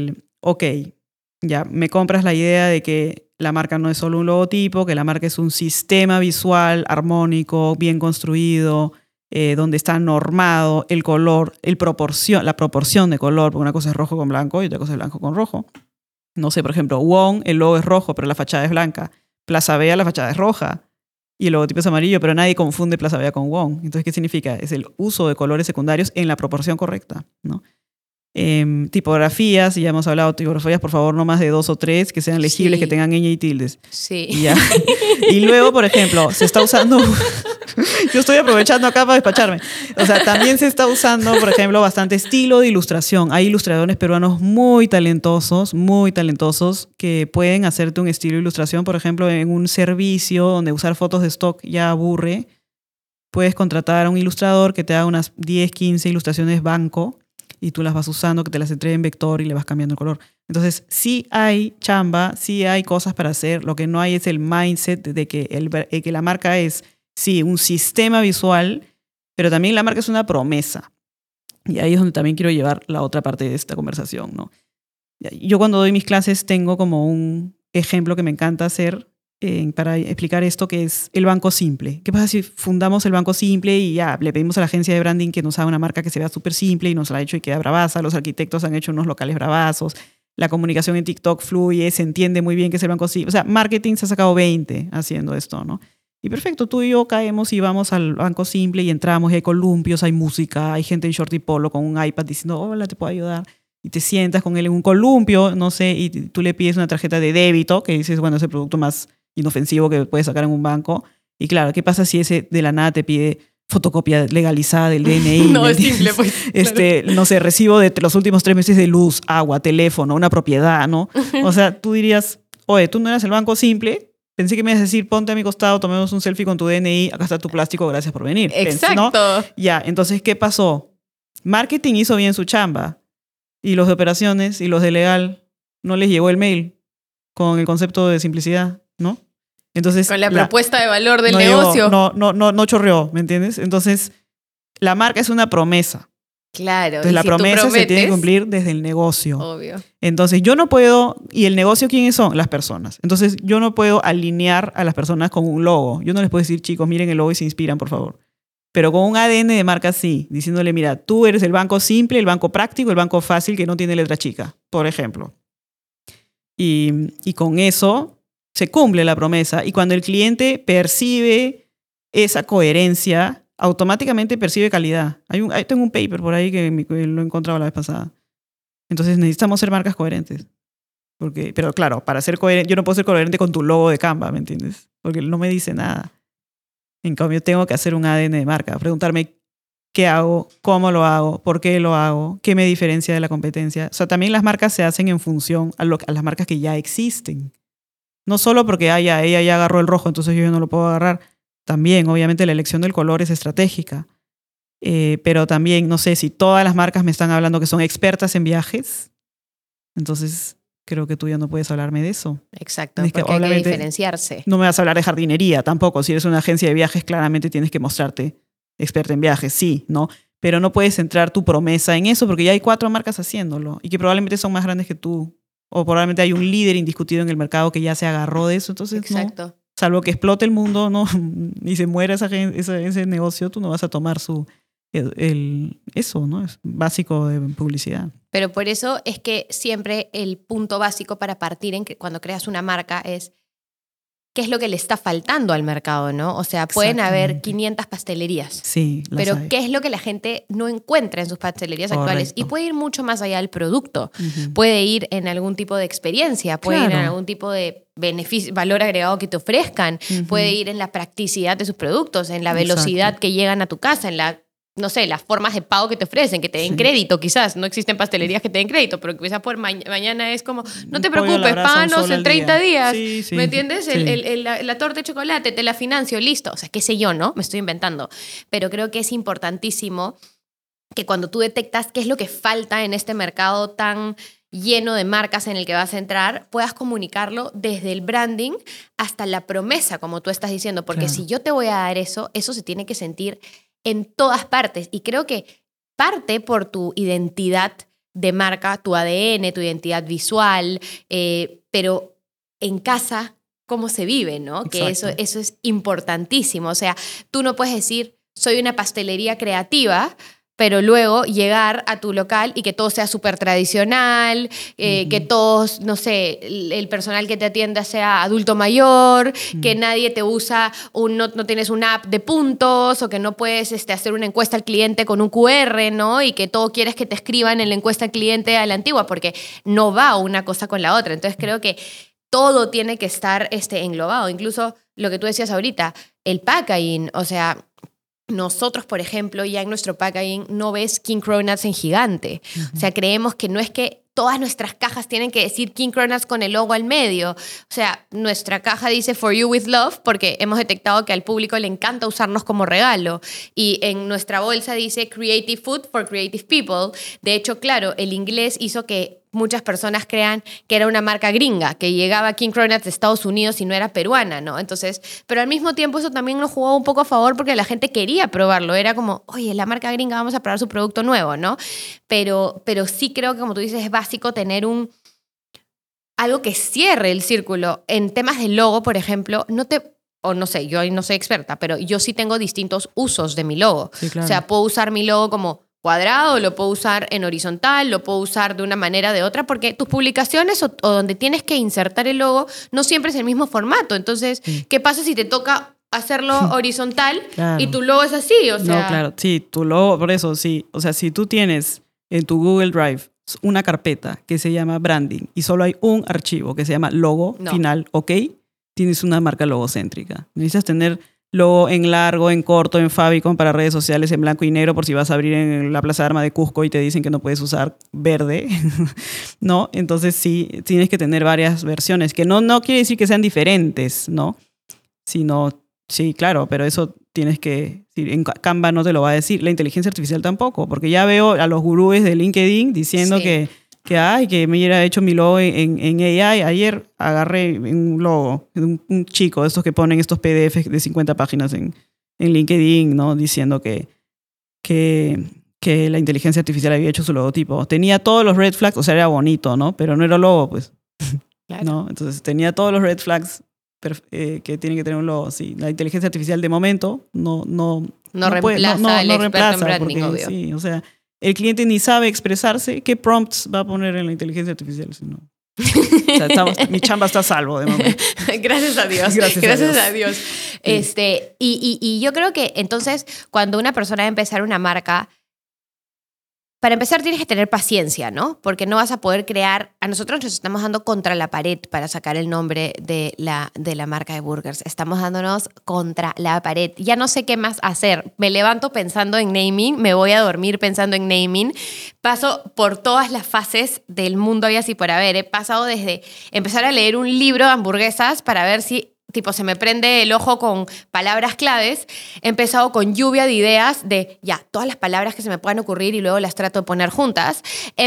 ya me compras la idea de que la marca no es solo un logotipo, que la marca es un sistema visual armónico, bien construido, donde está normado el color, la proporción de color, porque una cosa es rojo con blanco y otra cosa es blanco con rojo. No sé, por ejemplo, Wong, el logo es rojo, pero la fachada es blanca. Plaza Vea, la fachada es roja. Y el logotipo es amarillo, pero nadie confunde Plaza Vea con Wong. Entonces, ¿qué significa? Es el uso de colores secundarios en la proporción correcta, ¿no? Tipografías, ya hemos hablado, tipografías, por favor, no más de 2 o 3, que sean legibles, que tengan ñ y tildes. Sí. Y luego, por ejemplo, se está usando... Yo estoy aprovechando acá para despacharme. O sea, también se está usando, por ejemplo, bastante estilo de ilustración. Hay ilustradores peruanos muy talentosos, que pueden hacerte un estilo de ilustración, por ejemplo, en un servicio donde usar fotos de stock ya aburre. Puedes contratar a un ilustrador que te haga unas 10, 15 ilustraciones banco y tú las vas usando, que te las entregue en vector y le vas cambiando el color. Entonces, sí hay chamba, sí hay cosas para hacer. Lo que no hay es el mindset de que la marca es, sí, un sistema visual, pero también la marca es una promesa. Y ahí es donde también quiero llevar la otra parte de esta conversación, ¿no? Yo cuando doy mis clases tengo como un ejemplo que me encanta hacer, para explicar esto, que es el Banco Simple. ¿Qué pasa si fundamos el Banco Simple y ya le pedimos a la agencia de branding que nos haga una marca que se vea súper simple y nos la ha hecho y queda bravaza? Los arquitectos han hecho unos locales bravazos. La comunicación en TikTok fluye, se entiende muy bien que es el Banco Simple. O sea, marketing se ha sacado 20 haciendo esto, ¿no? Y perfecto, tú y yo caemos y vamos al Banco Simple y entramos y hay columpios, hay música, hay gente en short y polo con un iPad diciendo, hola, ¿te puedo ayudar? Y te sientas con él en un columpio, no sé, y tú le pides una tarjeta de débito, que dices, bueno, es el producto más inofensivo que puedes sacar en un banco. Y claro, ¿qué pasa si ese de la nada te pide fotocopia legalizada del DNI? No, es simple, pues. Claro. No sé, recibo de los últimos 3 meses de luz, agua, teléfono, una propiedad, ¿no? O sea, tú dirías, oye, tú no eras el Banco Simple, pensé que me ibas a decir, ponte a mi costado, tomemos un selfie con tu DNI, acá está tu plástico, gracias por venir. Exacto. ¿No? Ya, entonces, ¿qué pasó? Marketing hizo bien su chamba y los de operaciones y los de legal no les llegó el mail con el concepto de simplicidad, ¿no? Entonces, con la propuesta de valor del no negocio. Llegó, no chorreó, ¿me entiendes? Entonces, la marca es una promesa. Claro. Entonces, la si promesa se tiene que cumplir desde el negocio. Obvio. Entonces, yo no puedo... ¿Y el negocio quiénes son? Las personas. Entonces, yo no puedo alinear a las personas con un logo. Yo no les puedo decir, chicos, miren el logo y se inspiran, por favor. Pero con un ADN de marca sí, diciéndole, mira, tú eres el banco simple, el banco práctico, el banco fácil que no tiene letra chica, por ejemplo. Y con eso se cumple la promesa. Y cuando el cliente percibe esa coherencia, automáticamente percibe calidad. Tengo un paper por ahí que lo he encontrado la vez pasada. Entonces necesitamos ser marcas coherentes. Pero claro, para ser coherente, yo no puedo ser coherente con tu logo de Canva, ¿me entiendes? Porque no me dice nada. En cambio, tengo que hacer un ADN de marca. Preguntarme qué hago, cómo lo hago, por qué lo hago, qué me diferencia de la competencia. O sea, también las marcas se hacen en función a las marcas que ya existen. No solo porque ella ya agarró el rojo, entonces yo no lo puedo agarrar. También, obviamente, la elección del color es estratégica. Pero también, no sé, si todas las marcas me están hablando que son expertas en viajes, entonces creo que tú ya no puedes hablarme de eso. Exacto, porque hay que diferenciarse. No me vas a hablar de jardinería tampoco. Si eres una agencia de viajes, claramente tienes que mostrarte experta en viajes, sí, ¿no? Pero no puedes centrar tu promesa en eso porque ya hay 4 marcas haciéndolo y que probablemente son más grandes que tú. O probablemente hay un líder indiscutido en el mercado que ya se agarró de eso. Entonces, exacto. No, salvo que explote el mundo, ¿no? Y se muera ese negocio, tú no vas a tomar eso, ¿no? Es básico de publicidad. Pero por eso es que siempre el punto básico para partir cuando creas una marca es qué es lo que le está faltando al mercado, ¿no? O sea, pueden haber 500 pastelerías. Sí, pero hay. ¿qué es lo que la gente no encuentra en sus pastelerías actuales? Y puede ir mucho más allá del producto. Puede ir en algún tipo de experiencia, puede ir en algún tipo de beneficio, valor agregado que te ofrezcan, puede ir en la practicidad de sus productos, en la velocidad que llegan a tu casa, en no sé, las formas de pago que te ofrecen, que te den crédito quizás. No existen pastelerías que te den crédito, pero quizás por mañana es como, no te preocupes, páganos en 30 días. Sí. ¿Me entiendes? Sí. La torta de chocolate, te la financio, listo. O sea, qué sé yo, ¿no? Me estoy inventando. Pero creo que es importantísimo que cuando tú detectas qué es lo que falta en este mercado tan lleno de marcas en el que vas a entrar, puedas comunicarlo desde el branding hasta la promesa, como tú estás diciendo. Porque si yo te voy a dar eso se tiene que sentir en todas partes. Y creo que parte por tu identidad de marca, tu ADN, tu identidad visual, pero en casa, cómo se vive, ¿no? Exacto. Que eso es importantísimo. O sea, tú no puedes decir, soy una pastelería creativa, pero luego llegar a tu local y que todo sea súper tradicional, que todos, no sé, el personal que te atienda sea adulto mayor, que nadie te usa, no tienes una app de puntos o que no puedes hacer una encuesta al cliente con un QR, ¿no? Y que todo quieres que te escriban en la encuesta al cliente a la antigua, porque no va una cosa con la otra. Entonces creo que todo tiene que estar englobado. Incluso lo que tú decías ahorita, el packaging, o sea... Nosotros, por ejemplo, ya en nuestro packaging no ves King Cronuts en gigante. O sea, creemos que no es que todas nuestras cajas tienen que decir King Cronuts con el logo al medio. O sea, nuestra caja dice For You With Love porque hemos detectado que al público le encanta usarnos como regalo. Y en nuestra bolsa dice Creative Food for Creative People. De hecho, claro, el inglés hizo que muchas personas crean que era una marca gringa, que llegaba King Cronuts de Estados Unidos y no era peruana, ¿no? Entonces, pero al mismo tiempo eso también nos jugó un poco a favor porque la gente quería probarlo. Era como, oye, la marca gringa, vamos a probar su producto nuevo, ¿no? Pero sí creo que, como tú dices, es básico tener algo que cierre el círculo. En temas de logo, por ejemplo, no sé, yo no soy experta, pero yo sí tengo distintos usos de mi logo. Sí, claro. O sea, puedo usar mi logo como cuadrado, lo puedo usar en horizontal, lo puedo usar de una manera o de otra, porque tus publicaciones o donde tienes que insertar el logo no siempre es el mismo formato. Entonces, ¿qué pasa si te toca hacerlo horizontal y tu logo es así? O sea, no, claro, sí, tu logo, por eso, sí. O sea, si tú tienes en tu Google Drive una carpeta que se llama branding y solo hay un archivo que se llama logo final, ¿ok? Tienes una marca logocéntrica. Necesitas tener logo en largo, en corto, en favicon para redes sociales, en blanco y negro por si vas a abrir en la Plaza de Armas de Cusco y te dicen que no puedes usar verde, ¿no? Entonces sí, tienes que tener varias versiones, que no quiere decir que sean diferentes, ¿no? Sino, sí, claro, pero eso tienes que... En Canva no te lo va a decir, la inteligencia artificial tampoco, porque ya veo a los gurúes de LinkedIn diciendo que me hubiera hecho mi logo en AI. Ayer agarré un logo de un chico de estos que ponen estos PDFs de 50 páginas en LinkedIn, ¿no? Diciendo que la inteligencia artificial había hecho su logotipo. Tenía todos los red flags, o sea, era bonito, ¿no? Pero no era logo, pues. Claro. ¿No? Entonces tenía todos los red flags que tiene que tener un logo. Sí, la inteligencia artificial de momento no reemplaza al experto en branding, porque, obvio. Sí, o sea, el cliente ni sabe expresarse. ¿Qué prompts va a poner en la inteligencia artificial? Si no? O sea, mi chamba está a salvo de momento. Gracias a Dios. Gracias a Dios. Y yo creo que entonces cuando una persona va a empezar una marca, para empezar tienes que tener paciencia, ¿no? Porque no vas a poder crear... A nosotros nos estamos dando contra la pared para sacar el nombre de la marca de burgers. Estamos dándonos contra la pared. Ya no sé qué más hacer. Me levanto pensando en naming, me voy a dormir pensando en naming. Paso por todas las fases del mundo y así por haber. He pasado desde empezar a leer un libro de hamburguesas para ver si... tipo, se me prende el ojo con palabras claves. He empezado con lluvia de ideas de, todas las palabras que se me puedan ocurrir y luego las trato de poner juntas.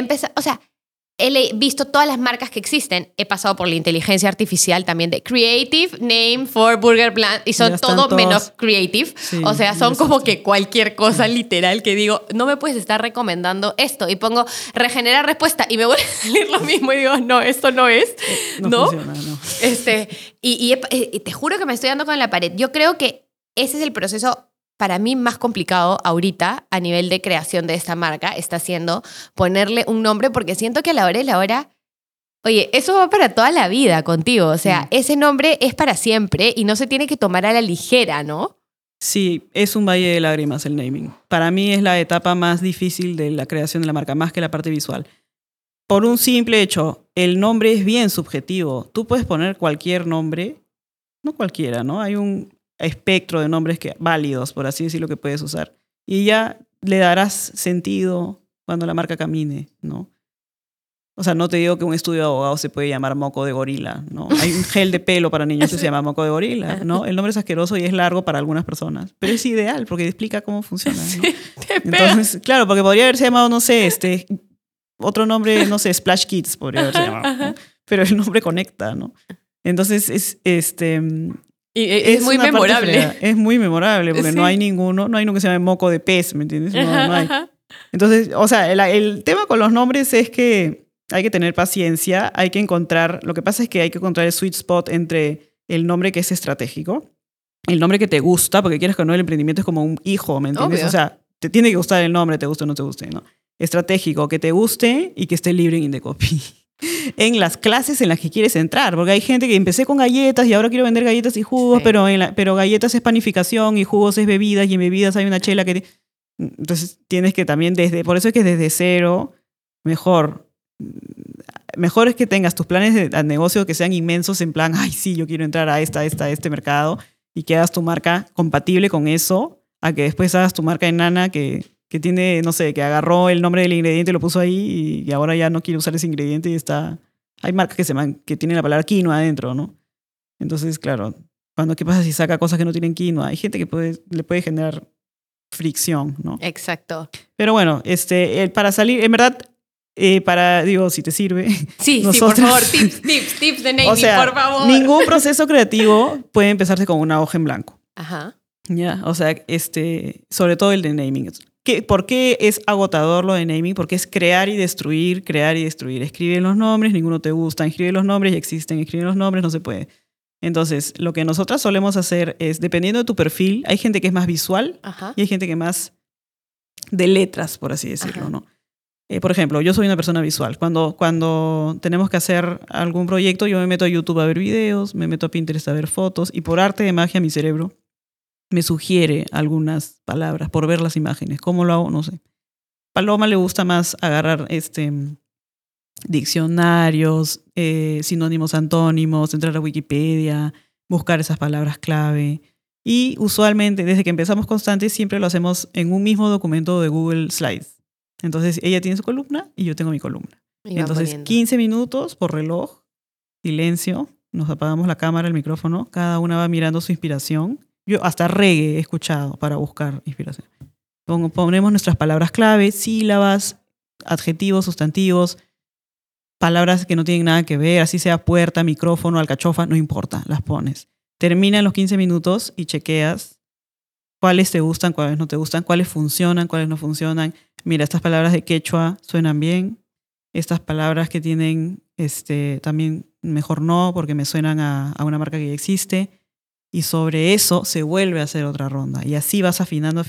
He visto todas las marcas que existen. He pasado por la inteligencia artificial también de Creative Name for Burger Plant y son todo menos creative. Sí, o sea, son como que cualquier cosa literal que digo, no me puedes estar recomendando esto. Y pongo regenerar respuesta y me vuelve a salir lo mismo y digo, no, esto no es. No funciona, no. Y te juro que me estoy dando con la pared. Yo creo que ese es el proceso para mí más complicado ahorita a nivel de creación de esta marca, está siendo ponerle un nombre, porque siento que a la hora de la hora, oye, eso va para toda la vida contigo, o sea, ese nombre es para siempre y no se tiene que tomar a la ligera, ¿no? Sí, es un valle de lágrimas el naming. Para mí es la etapa más difícil de la creación de la marca, más que la parte visual. Por un simple hecho, el nombre es bien subjetivo. Tú puedes poner cualquier nombre, no cualquiera, ¿no? Hay un espectro de nombres válidos, por así decirlo, que puedes usar. Y ya le darás sentido cuando la marca camine, ¿no? O sea, no te digo que un estudio de abogados se puede llamar moco de gorila, ¿no? Hay un gel de pelo para niños que se llama moco de gorila, ¿no? El nombre es asqueroso y es largo para algunas personas, pero es ideal porque explica cómo funciona, ¿no? Entonces, claro, porque podría haberse llamado, no sé, otro nombre, no sé, Splash Kids podría haberse llamado, ¿no? Pero el nombre conecta, ¿no? Entonces es muy memorable. Es muy memorable porque no hay ninguno que se llame moco de pez, ¿me entiendes? No hay. Entonces, o sea, el tema con los nombres es que hay que tener paciencia, hay que encontrar, lo que pasa es que hay que encontrar el sweet spot entre el nombre que es estratégico, el nombre que te gusta, porque quieres que no, el emprendimiento es como un hijo, ¿me entiendes? Obvio. O sea, te tiene que gustar el nombre, te guste o no te guste, ¿no? Estratégico, que te guste y que esté libre in the copy. En las clases en las que quieres entrar, porque hay gente que empecé con galletas y ahora quiero vender galletas y jugos, sí. pero galletas es panificación y jugos es bebidas y en bebidas hay una chela que... Entonces tienes que también por eso es que desde cero, mejor es que tengas tus planes de negocio que sean inmensos en plan, ay sí, yo quiero entrar a este mercado y que hagas tu marca compatible con eso, a que después hagas tu marca enana que tiene, no sé, que agarró el nombre del ingrediente y lo puso ahí y ahora ya no quiere usar ese ingrediente y está... Hay marcas que tienen la palabra quinoa adentro, ¿no? Entonces, claro, ¿qué pasa si saca cosas que no tienen quinoa? Hay gente que le puede generar fricción, ¿no? Exacto. Pero bueno, para salir, en verdad, si te sirve. Sí, por favor, tips de naming, o sea, por favor. Ningún proceso creativo puede empezarse con una hoja en blanco. Ajá. Ya, o sea, sobre todo el de naming. ¿Por qué es agotador lo de naming? Porque es crear y destruir, crear y destruir. Escriben los nombres, ninguno te gusta. Escriben los nombres, ya existen. Escriben los nombres, no se puede. Entonces, lo que nosotras solemos hacer es, dependiendo de tu perfil, hay gente que es más visual y hay gente que es más de letras, por así decirlo, ¿no? Por ejemplo, yo soy una persona visual. Cuando tenemos que hacer algún proyecto, yo me meto a YouTube a ver videos, me meto a Pinterest a ver fotos y por arte de magia mi cerebro me sugiere algunas palabras por ver las imágenes. ¿Cómo lo hago? No sé. Paloma le gusta más agarrar diccionarios, sinónimos, antónimos, entrar a Wikipedia, buscar esas palabras clave. Y usualmente, desde que empezamos Constante, siempre lo hacemos en un mismo documento de Google Slides. Entonces, ella tiene su columna y yo tengo mi columna. Entonces, poniendo 15 minutos por reloj, silencio, nos apagamos la cámara, el micrófono, cada una va mirando su inspiración. Yo hasta reggae he escuchado para buscar inspiración. Ponemos nuestras palabras clave, sílabas, adjetivos, sustantivos, palabras que no tienen nada que ver, así sea puerta, micrófono, alcachofa, no importa, las pones. Terminan los 15 minutos y chequeas cuáles te gustan, cuáles no te gustan, cuáles funcionan, cuáles no funcionan. Mira, estas palabras de quechua suenan bien. Estas palabras que tienen también mejor no, porque me suenan a una marca que ya existe. Y sobre eso se vuelve a hacer otra ronda. Y así vas afinando.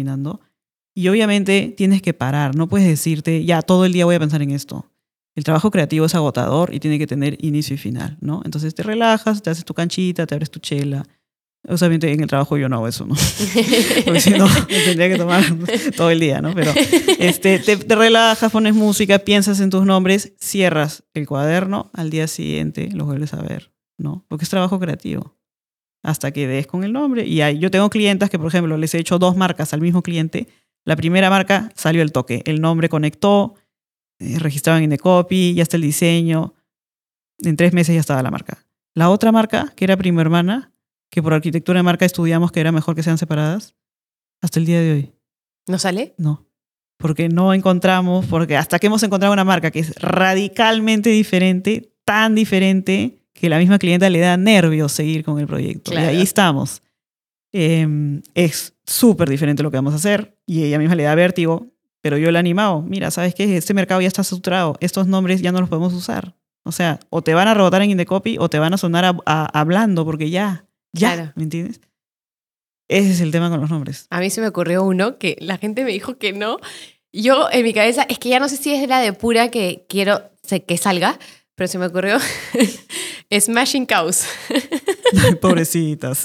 Y obviamente tienes que parar. No puedes decirte, ya, todo el día voy a pensar en esto. El trabajo creativo es agotador y tiene que tener inicio y final, ¿no? Entonces te relajas, te haces tu canchita, te abres tu chela. Obviamente en el trabajo yo no hago eso, ¿no? Porque si no, me tendría que tomar todo el día, ¿no? Pero te relajas, pones música, piensas en tus nombres, cierras el cuaderno, al día siguiente los vuelves a ver, ¿no? Porque es trabajo creativo. Hasta que des con el nombre. Y yo tengo clientas que, por ejemplo, les he hecho 2 marcas al mismo cliente. La primera marca salió el toque. El nombre conectó, registraban en Indecopy, ya está el diseño. En 3 meses ya estaba la marca. La otra marca, que era prima hermana, que por arquitectura de marca estudiamos que era mejor que sean separadas, hasta el día de hoy. ¿No sale? No. Porque no encontramos, porque hasta que hemos encontrado una marca que es radicalmente diferente, tan diferente, que la misma clienta le da nervios seguir con el proyecto. Claro. Y ahí estamos. Es súper diferente lo que vamos a hacer y ella misma le da vértigo, pero yo le he animado. Mira, ¿sabes qué? Este mercado ya está saturado. Estos nombres ya no los podemos usar. O sea, o te van a rebotar en Indecopy o te van a sonar hablando porque ya, claro. ¿Me entiendes? Ese es el tema con los nombres. A mí se me ocurrió uno que la gente me dijo que no. Yo en mi cabeza, es que ya no sé si es la de pura que quiero que salga, pero se me ocurrió Smashing Cows. Pobrecitas.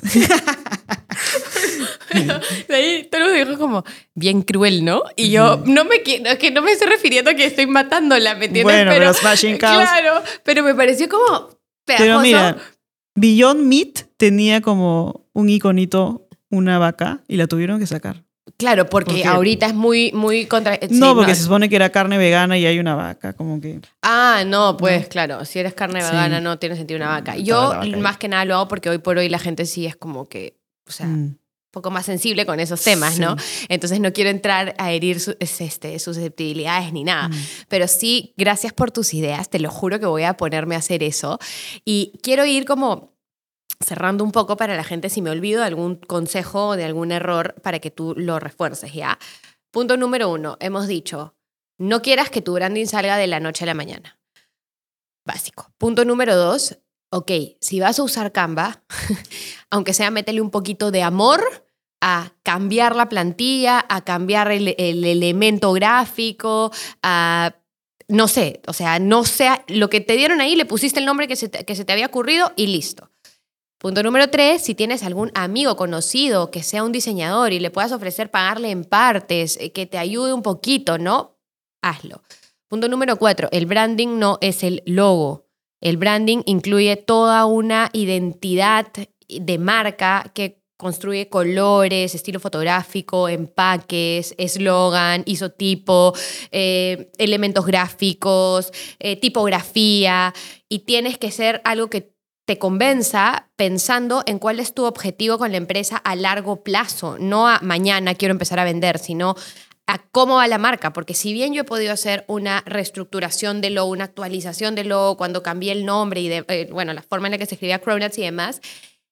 Bueno, de ahí todo el mundo dijo como, bien cruel, ¿no? Y yo, no me estoy refiriendo a que estoy matándola, ¿me entiendes? Bueno, pero Smashing Cows. Claro, pero me pareció como pegajoso. Pero mira, Beyond Meat tenía como un iconito, una vaca, y la tuvieron que sacar. Claro, porque ahorita es muy contra... No, porque se supone que era carne vegana y hay una vaca, como que... Ah, no, pues claro, si eres carne vegana no tiene sentido una vaca. Yo más que nada lo hago porque hoy por hoy la gente sí es como que, o sea, un poco más sensible con esos temas, ¿no? Entonces no quiero entrar a herir susceptibilidades ni nada. Pero sí, gracias por tus ideas, te lo juro que voy a ponerme a hacer eso. Y quiero ir como... cerrando un poco para la gente, si me olvido de algún consejo o de algún error para que tú lo refuerces, ¿ya? Punto número 1, hemos dicho, no quieras que tu branding salga de la noche a la mañana. Básico. Punto número 2, ok, si vas a usar Canva, aunque sea métele un poquito de amor a cambiar la plantilla, a cambiar el elemento gráfico, a... no sé, o sea, no sea lo que te dieron ahí, le pusiste el nombre que se te había ocurrido y listo. Punto número 3, si tienes algún amigo conocido que sea un diseñador y le puedas ofrecer pagarle en partes, que te ayude un poquito, ¿no? Hazlo. Punto número 4, el branding no es el logo. El branding incluye toda una identidad de marca que construye colores, estilo fotográfico, empaques, eslogan, isotipo, elementos gráficos, tipografía, y tienes que ser algo que te convenza pensando en cuál es tu objetivo con la empresa a largo plazo, no a mañana quiero empezar a vender, sino a cómo va la marca, porque si bien yo he podido hacer una reestructuración de logo, una actualización de logo cuando cambié el nombre y la forma en la que se escribía Cronuts y demás,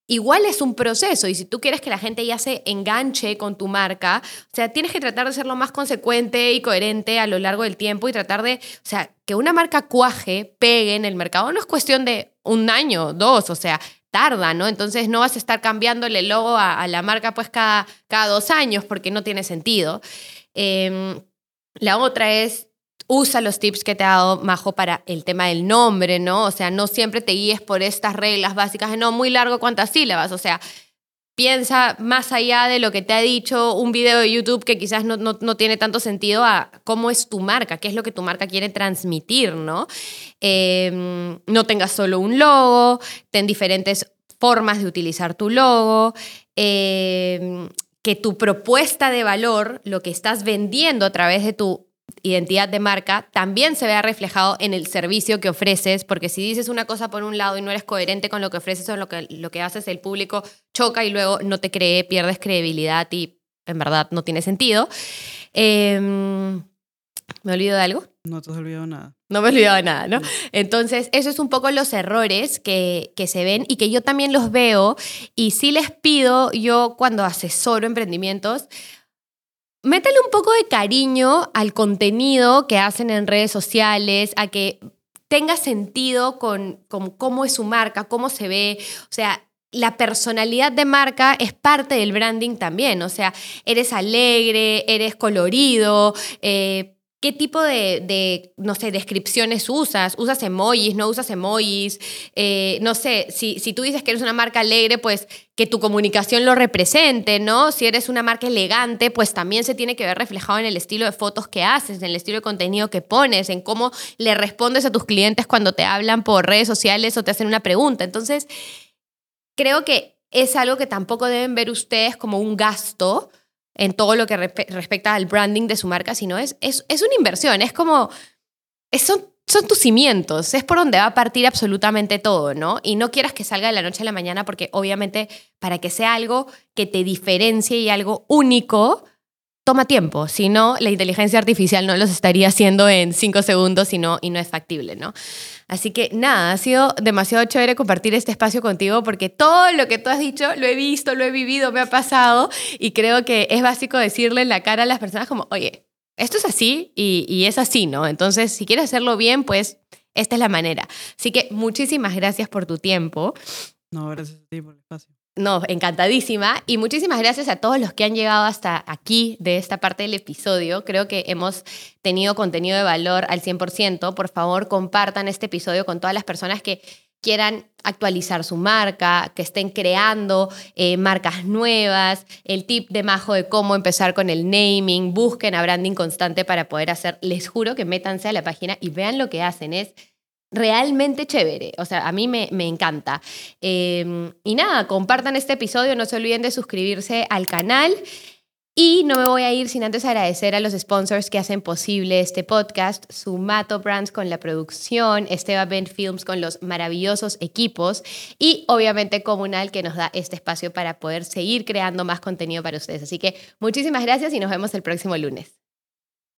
igual es un proceso y si tú quieres que la gente ya se enganche con tu marca, o sea, tienes que tratar de ser lo más consecuente y coherente a lo largo del tiempo y tratar de, o sea, que una marca cuaje, pegue en el mercado, no es cuestión de 1 año, 2, o sea, tarda, ¿no? Entonces no vas a estar cambiándole el logo a la marca pues cada 2 años porque no tiene sentido. La otra es, usa los tips que te ha dado Majo para el tema del nombre, ¿no? O sea, no siempre te guíes por estas reglas básicas de no, muy largo, ¿cuántas sílabas? O sea, piensa más allá de lo que te ha dicho un video de YouTube que quizás no tiene tanto sentido a cómo es tu marca, qué es lo que tu marca quiere transmitir, ¿no? No tengas solo un logo, ten diferentes formas de utilizar tu logo, que tu propuesta de valor, lo que estás vendiendo a través de tu identidad de marca, también se vea reflejado en el servicio que ofreces, porque si dices una cosa por un lado y no eres coherente con lo que ofreces o lo que haces, el público choca y luego no te cree, pierdes credibilidad y en verdad no tiene sentido. ¿Me olvido de algo? No te has olvidado nada. No me he olvidado de nada, ¿no? Entonces, eso es un poco los errores que se ven y que yo también los veo y sí les pido, yo cuando asesoro emprendimientos, métele un poco de cariño al contenido que hacen en redes sociales, a que tenga sentido con cómo es su marca, cómo se ve. O sea, la personalidad de marca es parte del branding también. O sea, eres alegre, eres colorido, ¿qué tipo de, no sé, descripciones usas? ¿Usas emojis? ¿No usas emojis? No sé, si tú dices que eres una marca alegre, pues que tu comunicación lo represente, ¿no? Si eres una marca elegante, pues también se tiene que ver reflejado en el estilo de fotos que haces, en el estilo de contenido que pones, en cómo le respondes a tus clientes cuando te hablan por redes sociales o te hacen una pregunta. Entonces, creo que es algo que tampoco deben ver ustedes como un gasto en todo lo que respecta al branding de su marca, sino es una inversión, es como, son tus cimientos, es por donde va a partir absolutamente todo, ¿no? Y no quieras que salga de la noche a la mañana porque obviamente para que sea algo que te diferencie y algo único, toma tiempo, si no, la inteligencia artificial no los estaría haciendo en 5 segundos y no es factible, ¿no? Así que nada, ha sido demasiado chévere compartir este espacio contigo porque todo lo que tú has dicho lo he visto, lo he vivido, me ha pasado y creo que es básico decirle en la cara a las personas como, oye, esto es así y es así, ¿no? Entonces, si quieres hacerlo bien, pues esta es la manera. Así que muchísimas gracias por tu tiempo. No, gracias a ti por el espacio. No, encantadísima. Y muchísimas gracias a todos los que han llegado hasta aquí de esta parte del episodio. Creo que hemos tenido contenido de valor al 100%. Por favor, compartan este episodio con todas las personas que quieran actualizar su marca, que estén creando marcas nuevas, el tip de Majo de cómo empezar con el naming, busquen a Branding Constante para poder hacer. Les juro que métanse a la página y vean lo que hacen. Es realmente chévere, o sea, a mí me encanta. Y nada, compartan este episodio, no se olviden de suscribirse al canal y no me voy a ir sin antes agradecer a los sponsors que hacen posible este podcast, Sumato Brands con la producción, Esteban Ben Films con los maravillosos equipos y obviamente Comunal que nos da este espacio para poder seguir creando más contenido para ustedes. Así que muchísimas gracias y nos vemos el próximo lunes.